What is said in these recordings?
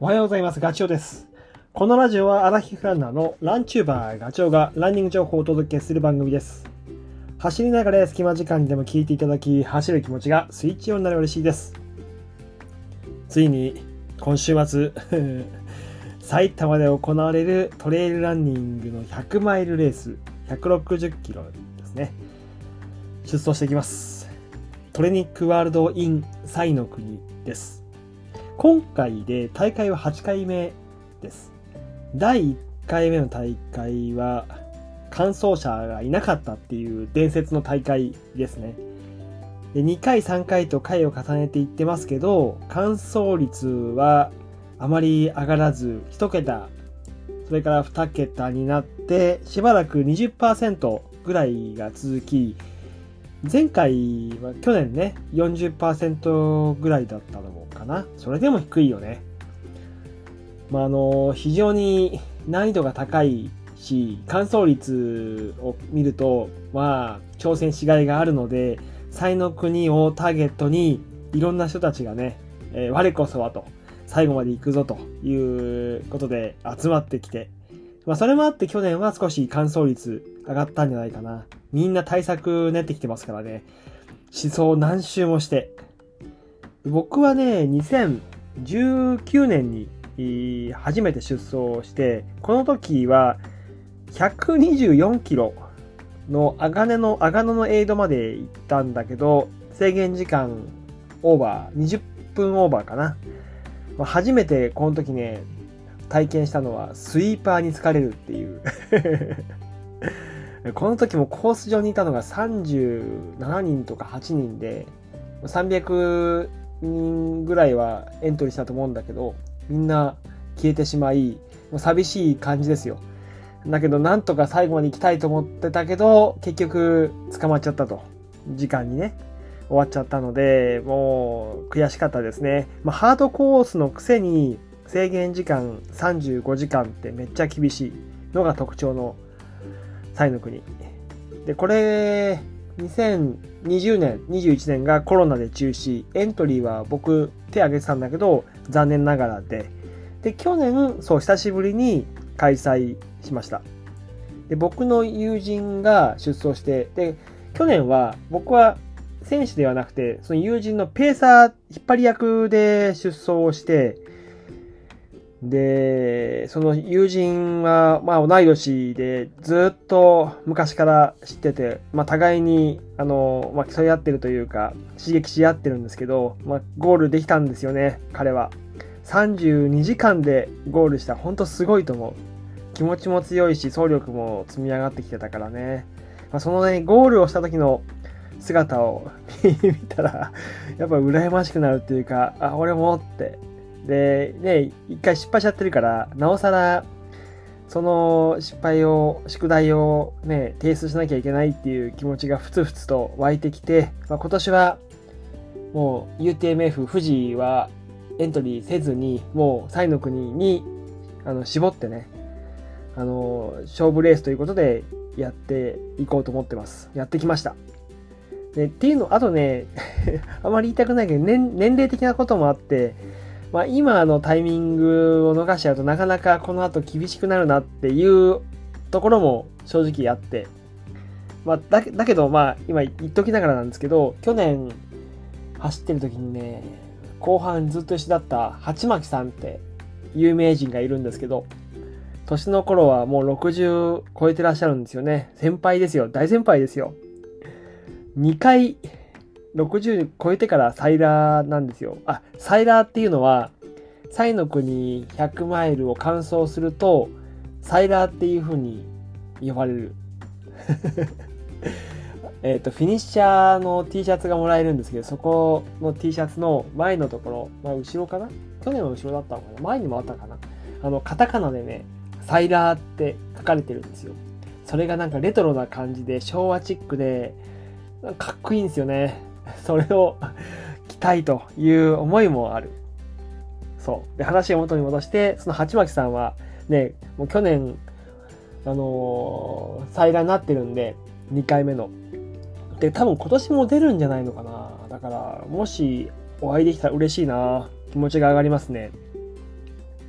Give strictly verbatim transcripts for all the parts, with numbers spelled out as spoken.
おはようございます。ガチョウです。このラジオはアラヒフランナーのランチューバーガチョウがランニング情報をお届けする番組です。走りながら隙間時間にでも聞いていただき、走る気持ちがスイッチオンになる嬉しいです。ついに今週末埼玉で行われるトレイルランニングのひゃくマイルレースひゃくろくじゅっキロですね。出走してきます。トレニックワールドイン彩の国です。今回で大会ははちかいめです。だいいっかいめの大会は完走者がいなかったっていう伝説の大会ですね。でにかいさんかいと回を重ねていってますけど、完走率はあまり上がらずいちけた、それからにけたになってしばらく にじゅっパーセント ぐらいが続き、前回は去年ね よんじゅっパーセント ぐらいだったのかな。それでも低いよね。まああの非常に難易度が高いし、完走率を見るとまあ挑戦しがいがあるので、彩の国をターゲットにいろんな人たちがね、えー、我こそはと最後まで行くぞということで集まってきて、まあそれもあって去年は少し完走率上がったんじゃないかな。みんな対策練ってきてますからね。思想何周もして。僕はね、にせんじゅうきゅうねんに初めて出走して、この時はひゃくにじゅうよんキロの鋼の、鋼のエイドまで行ったんだけど、制限時間オーバー、にじゅっぷんオーバーかな。初めてこの時ね、体験したのはスイーパーに疲れるっていう。この時もコース上にいたのがさんじゅうななにんとかはちにんで、さんびゃくにんぐらいはエントリーしたと思うんだけど、みんな消えてしまい、もう寂しい感じですよ。だけどなんとか最後まで行きたいと思ってたけど、結局捕まっちゃったと。時間にね、終わっちゃったので、もう悔しかったですね。まあ、ハードコースのくせに制限時間さんじゅうごじかんってめっちゃ厳しいのが特徴の彩の国で、これにせんにじゅうねんにじゅういちねんがコロナで中止、エントリーは僕手挙げてたんだけど残念ながらで、で去年そう久しぶりに開催しました。で僕の友人が出走して、で去年は僕は選手ではなくてその友人のペーサー引っ張り役で出走をして、でその友人はまあ同い年でずっと昔から知ってて、まあ、互いにあの、まあ、競い合ってるというか刺激し合ってるんですけど、まあ、ゴールできたんですよね。彼はさんじゅうにじかんでゴールした。本当すごいと思う。気持ちも強いし走力も積み上がってきてたからね、まあ、そのねゴールをした時の姿を見たらやっぱ羨ましくなるっていうか、あ俺もってでね、一回失敗しちゃってるからなおさらその失敗を宿題をね提出しなきゃいけないっていう気持ちがふつふつと湧いてきて、まあ、今年はもう ユーティーエムエフ 富士はエントリーせずにもう彩の国にあの絞ってね、あの勝負レースということでやっていこうと思ってます。やってきました。でっていうのあとねあまり言いたくないけど、年、年齢的なこともあって、まあ、今のタイミングを逃しちゃうとなかなかこの後厳しくなるなっていうところも正直あって、まあ、だ, だけどまあ今言っときながらなんですけど、去年走ってる時にね後半ずっと一緒だった鉢巻さんって有名人がいるんですけど、年の頃はもうろくじゅう超えてらっしゃるんですよね。先輩ですよ。大先輩ですよ。にかいろくじゅう超えてからサイラーなんですよ。あ、サイラーっていうのは彩の国ひゃくマイルを完走するとサイラーっていう風に呼ばれるえっとフィニッシャーの T シャツがもらえるんですけど、そこの T シャツの前のところ、まあ、後ろかな、去年は後ろだったのかな、前にもあったかな、あのカタカナでねサイラーって書かれてるんですよ。それがなんかレトロな感じで昭和チックでかっこいいんですよね。それを着たいという思いもある。そうで話を元に戻して、その鉢巻さんはねもう去年あのー、再来になってるんでにかいめので、多分今年も出るんじゃないのかな。だからもしお会いできたら嬉しいな。気持ちが上がりますね。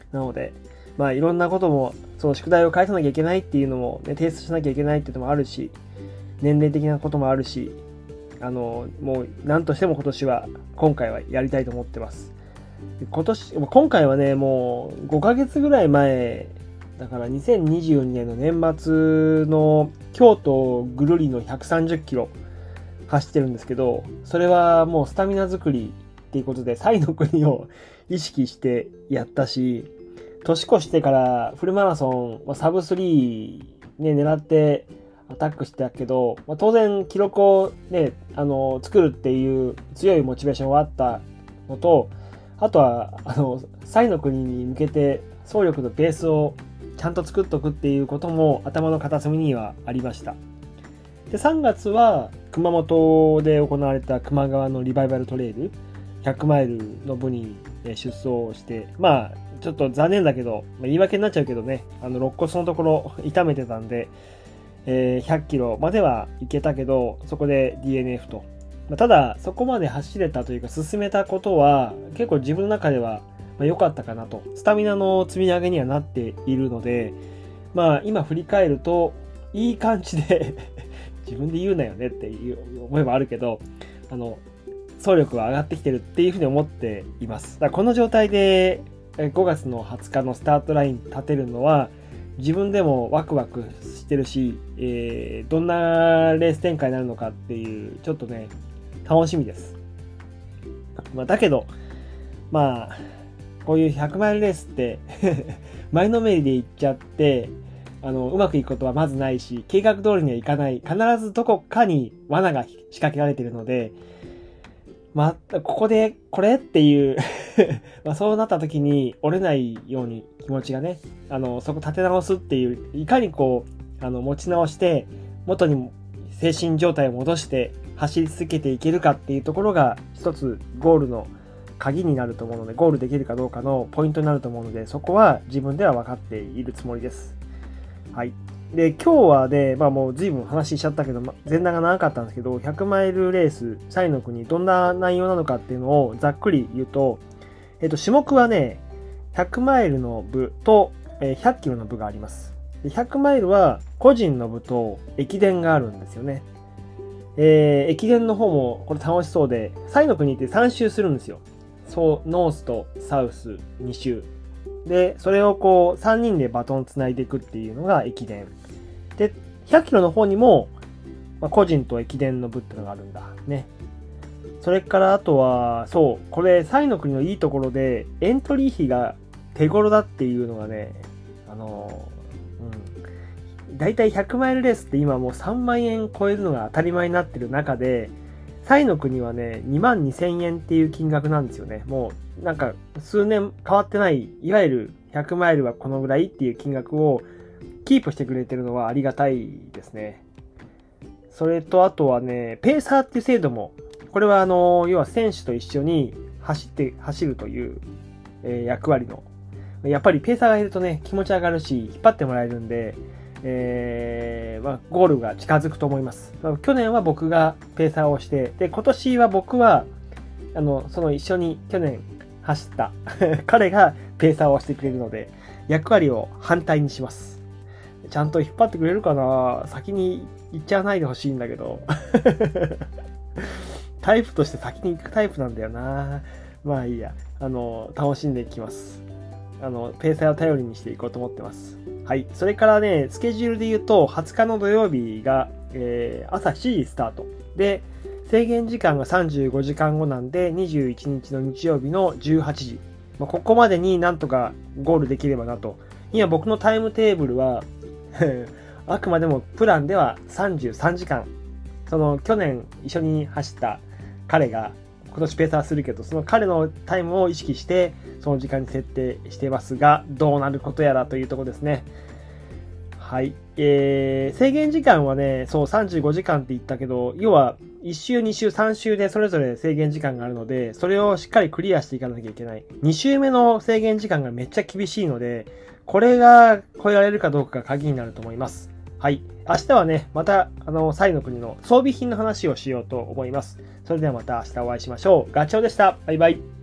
なので、まあいろんなことも、その宿題を返さなきゃいけないっていうのも、ね、提出しなきゃいけないっていうのもあるし、年齢的なこともあるし、あの、もう何としても今年は、今回はやりたいと思ってます。今年、今回はね、もうごかげつぐらい前、だからにせんにじゅうにねんの年末の京都ぐるりのひゃくさんじゅっキロ走ってるんですけど、それはもうスタミナ作りっていうことで、サイの国を意識してやったし、年越してからフルマラソン、サブスリーね、狙ってアタックしてたけど、まあ、当然記録をね、あの、作るっていう強いモチベーションはあったのと、あとは、あの、サイの国に向けて走力のベースをちゃんと作っとくっていうことも頭の片隅にはありました。で、さんがつは熊本で行われた球磨川のリバイバルトレイル、ひゃくマイルの部に出走して、まあ、ちょっと残念だけど、まあ、言い訳になっちゃうけどね、あの、肋骨のところ痛めてたんで、えー、ひゃっキロまでは行けたけど、そこで ディーエヌエフ と。まあ、ただ、そこまで走れたというか、進めたことは、結構自分の中では良かったかなと。スタミナの積み上げにはなっているので、まあ、今振り返ると、いい感じで自分で言うなよねっていう思いもあるけど、あの、走力は上がってきてるっていうふうに思っています。だからこの状態でごがつのはつかのスタートライン立てるのは自分でもワクワクしてるし、えー、どんなレース展開になるのかっていうちょっとね楽しみです。まあ、だけどまあこういうひゃくマイルレースって前のめりで行っちゃってあのうまくいくことはまずないし計画通りにはいかない。必ずどこかに罠が仕掛けられているので、まあ、ここでこれっていうまあそうなった時に折れないように気持ちがね、あのそこ立て直すっていう、いかにこうあの持ち直して元に精神状態を戻して走り続けていけるかっていうところが一つゴールの鍵になると思うので、ゴールできるかどうかのポイントになると思うので、そこは自分では分かっているつもりです。はい。で、今日はね、まあもう随分話しちゃったけど、前段が長かったんですけど、ひゃくマイルレース、サイの国、どんな内容なのかっていうのをざっくり言うと、えっと、種目はね、ひゃくマイルの部とひゃっキロの部があります。でひゃくマイルは個人の部と駅伝があるんですよね。えー、駅伝の方もこれ楽しそうで、サイの国ってさん周するんですよ。そう、ノースとサウスに周。で、それをこうさんにんでバトンつないでいくっていうのが駅伝。で、ひゃっキロの方にも、まあ、個人と駅伝の部ってのがあるんだ。ね。それからあとは、そう、これ、サイの国のいいところで、エントリー費が手頃だっていうのがね、あの、うん。だいたいひゃくマイルレースって今もうさんまんえん超えるのが当たり前になってる中で、サイの国はね、にまんにせんえんっていう金額なんですよね。もう、なんか、数年変わってない、いわゆるひゃくマイルはこのぐらいっていう金額を、キープしてくれてるのはありがたいですね。それとあとはね、ペーサーっていう制度も、これはあの、要は選手と一緒に走って、走るという、えー、役割の。やっぱりペーサーがいるとね、気持ち上がるし、引っ張ってもらえるんで、えーまあ、ゴールが近づくと思います。まあ、去年は僕がペーサーをして、で、今年は僕は、あの、その一緒に去年走った彼がペーサーをしてくれるので、役割を反対にします。ちゃんと引っ張ってくれるかな？先に行っちゃわないでほしいんだけど。タイプとして先に行くタイプなんだよな。まあいいや。あの、楽しんでいきます。あの、ペーサーを頼りにしていこうと思ってます。はい。それからね、スケジュールで言うと、はつかの土曜日が、えー、朝しちじスタート。で、制限時間がさんじゅうごじかんごなんで、にじゅういちにちの日曜日のじゅうはちじ。まあ、ここまでになんとかゴールできればなと。今僕のタイムテーブルは、あくまでもプランではさんじゅうさんじかん。その去年一緒に走った彼が今年ペーサーするけど、その彼のタイムを意識してその時間に設定してますが、どうなることやらというところですね。はい。えー、制限時間はね、そうさんじゅうごじかんって言ったけど、要はいち周、に周、さん周でそれぞれ制限時間があるので、それをしっかりクリアしていかなきゃいけない。に周目の制限時間がめっちゃ厳しいので、これが超えられるかどうかが鍵になると思います。はい。明日はね、また、あの、サイの国の装備品の話をしようと思います。それではまた明日お会いしましょう。ガチョウでした。バイバイ。